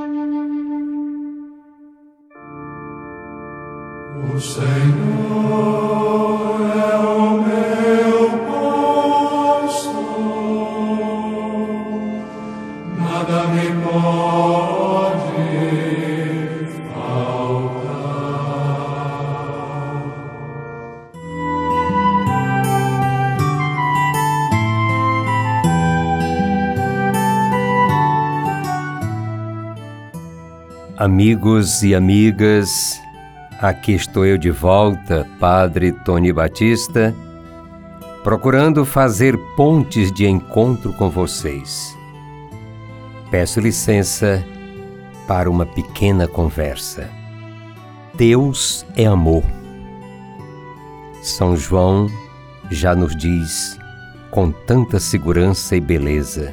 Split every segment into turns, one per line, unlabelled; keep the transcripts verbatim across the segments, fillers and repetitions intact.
O Senhor é o meu pastor, nada me pode faltar.
Amigos e amigas, aqui estou eu de volta, Padre Tony Batista, procurando fazer pontes de encontro com vocês. Peço licença para uma pequena conversa. Deus é amor. São João já nos diz com tanta segurança e beleza.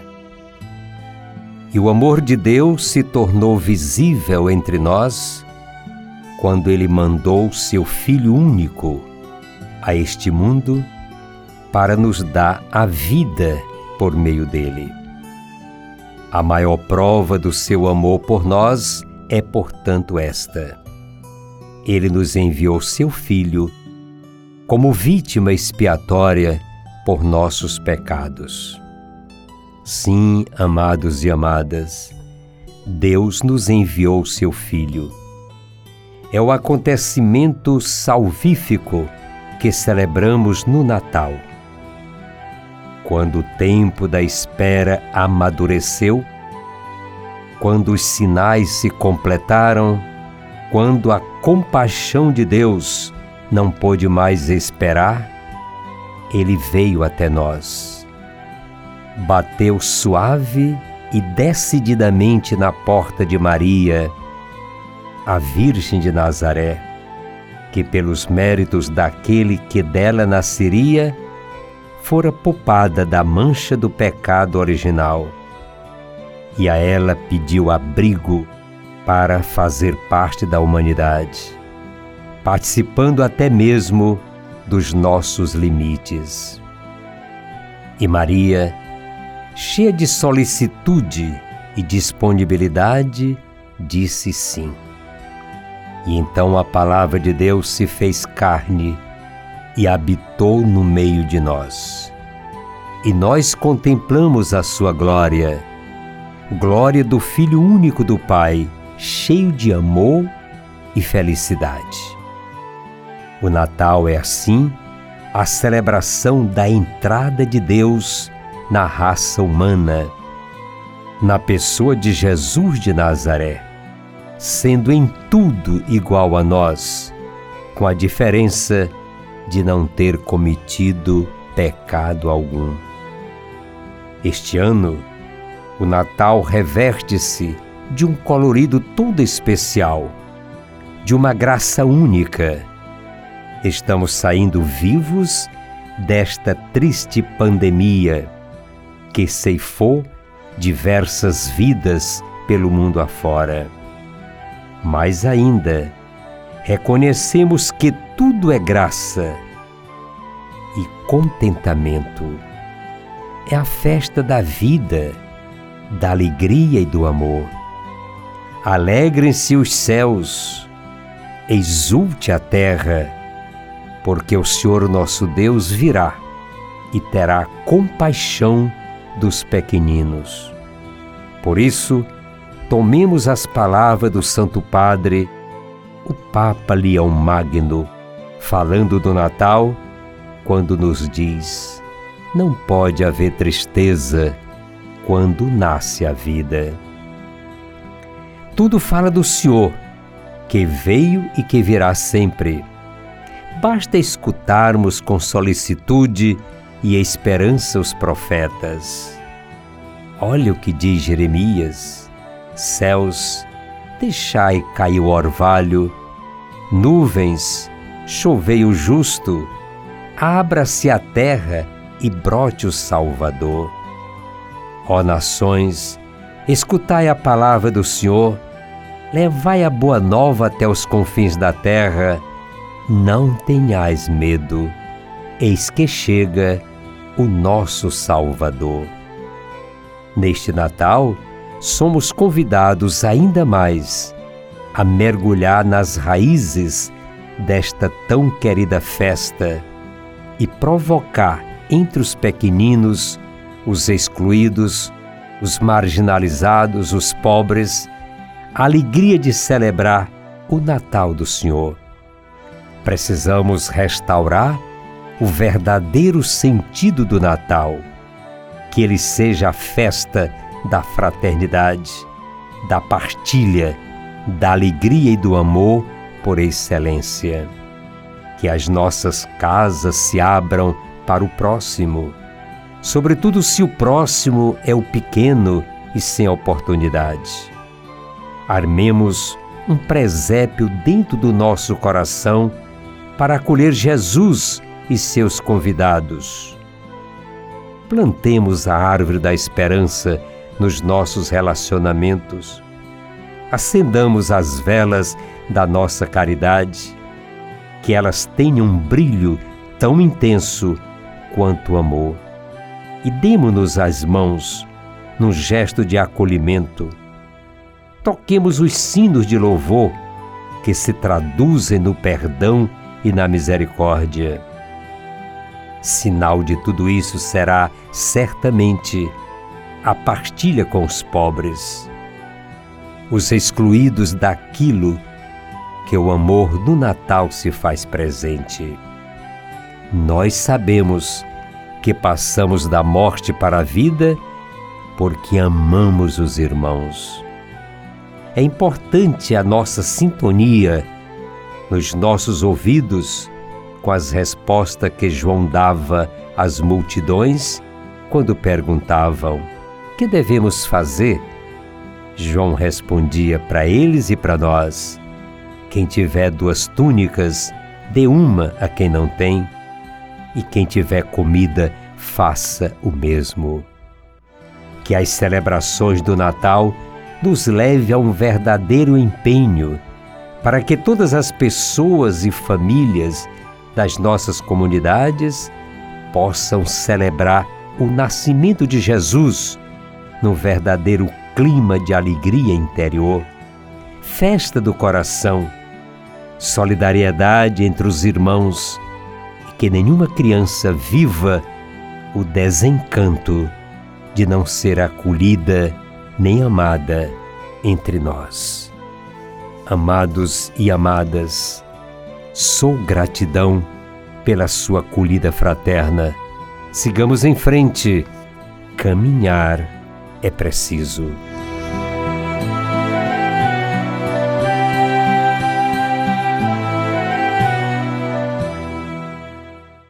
E o amor de Deus se tornou visível entre nós quando Ele mandou seu Filho único a este mundo para nos dar a vida por meio dele. A maior prova do seu amor por nós é, portanto, esta: Ele nos enviou seu Filho como vítima expiatória por nossos pecados. Sim, amados e amadas, Deus nos enviou seu Filho. É o acontecimento salvífico que celebramos no Natal. Quando o tempo da espera amadureceu, quando os sinais se completaram, quando a compaixão de Deus não pôde mais esperar, Ele veio até nós. Bateu suave e decididamente na porta de Maria, a Virgem de Nazaré, que pelos méritos daquele que dela nasceria, fora poupada da mancha do pecado original, e a ela pediu abrigo para fazer parte da humanidade, participando até mesmo dos nossos limites. E Maria, cheia de solicitude e disponibilidade, disse sim. E então a palavra de Deus se fez carne e habitou no meio de nós. E nós contemplamos a sua glória, glória do Filho único do Pai, cheio de amor e felicidade. O Natal é, assim, a celebração da entrada de Deus na raça humana, na pessoa de Jesus de Nazaré, sendo em tudo igual a nós, com a diferença de não ter cometido pecado algum. Este ano, o Natal reverte-se de um colorido todo especial, de uma graça única. Estamos saindo vivos desta triste pandemia que ceifou diversas vidas pelo mundo afora. Mais ainda, reconhecemos que tudo é graça e contentamento. É a festa da vida, da alegria e do amor. Alegrem-se os céus, exulte a terra, porque o Senhor nosso Deus virá e terá compaixão dos pequeninos. Por isso, tomemos as palavras do Santo Padre, o Papa Leão Magno, falando do Natal, quando nos diz: não pode haver tristeza quando nasce a vida. Tudo fala do Senhor, que veio e que virá sempre. Basta escutarmos com solicitude e esperança os profetas. Olha o que diz Jeremias: céus, deixai cair o orvalho, nuvens, chovei o justo, abra-se a terra e brote o Salvador. Ó nações, escutai a palavra do Senhor, levai a boa nova até os confins da terra, não tenhais medo, eis que chega o nosso Salvador. Neste Natal, somos convidados ainda mais a mergulhar nas raízes desta tão querida festa e provocar entre os pequeninos, os excluídos, os marginalizados, os pobres, a alegria de celebrar o Natal do Senhor. Precisamos restaurar o verdadeiro sentido do Natal, que ele seja a festa da fraternidade, da partilha, da alegria e do amor por excelência. Que as nossas casas se abram para o próximo, sobretudo se o próximo é o pequeno e sem oportunidade. Armemos um presépio dentro do nosso coração para acolher Jesus e seus convidados. Plantemos a árvore da esperança nos nossos relacionamentos. Acendamos as velas da nossa caridade, que elas tenham um brilho tão intenso quanto o amor. E demo-nos as mãos num gesto de acolhimento. Toquemos os sinos de louvor que se traduzem no perdão e na misericórdia. Sinal de tudo isso será, certamente, a partilha com os pobres, os excluídos daquilo que o amor do Natal se faz presente. Nós sabemos que passamos da morte para a vida porque amamos os irmãos. É importante a nossa sintonia nos nossos ouvidos com as respostas que João dava às multidões quando perguntavam: "Que devemos fazer?" João respondia para eles e para nós: "Quem tiver duas túnicas, dê uma a quem não tem, e quem tiver comida, faça o mesmo." Que as celebrações do Natal nos leve a um verdadeiro empenho para que todas as pessoas e famílias das nossas comunidades possam celebrar o nascimento de Jesus num verdadeiro clima de alegria interior, festa do coração, solidariedade entre os irmãos, e que nenhuma criança viva o desencanto de não ser acolhida nem amada entre nós. Amados e amadas, sou gratidão pela sua acolhida fraterna. Sigamos em frente. Caminhar é preciso.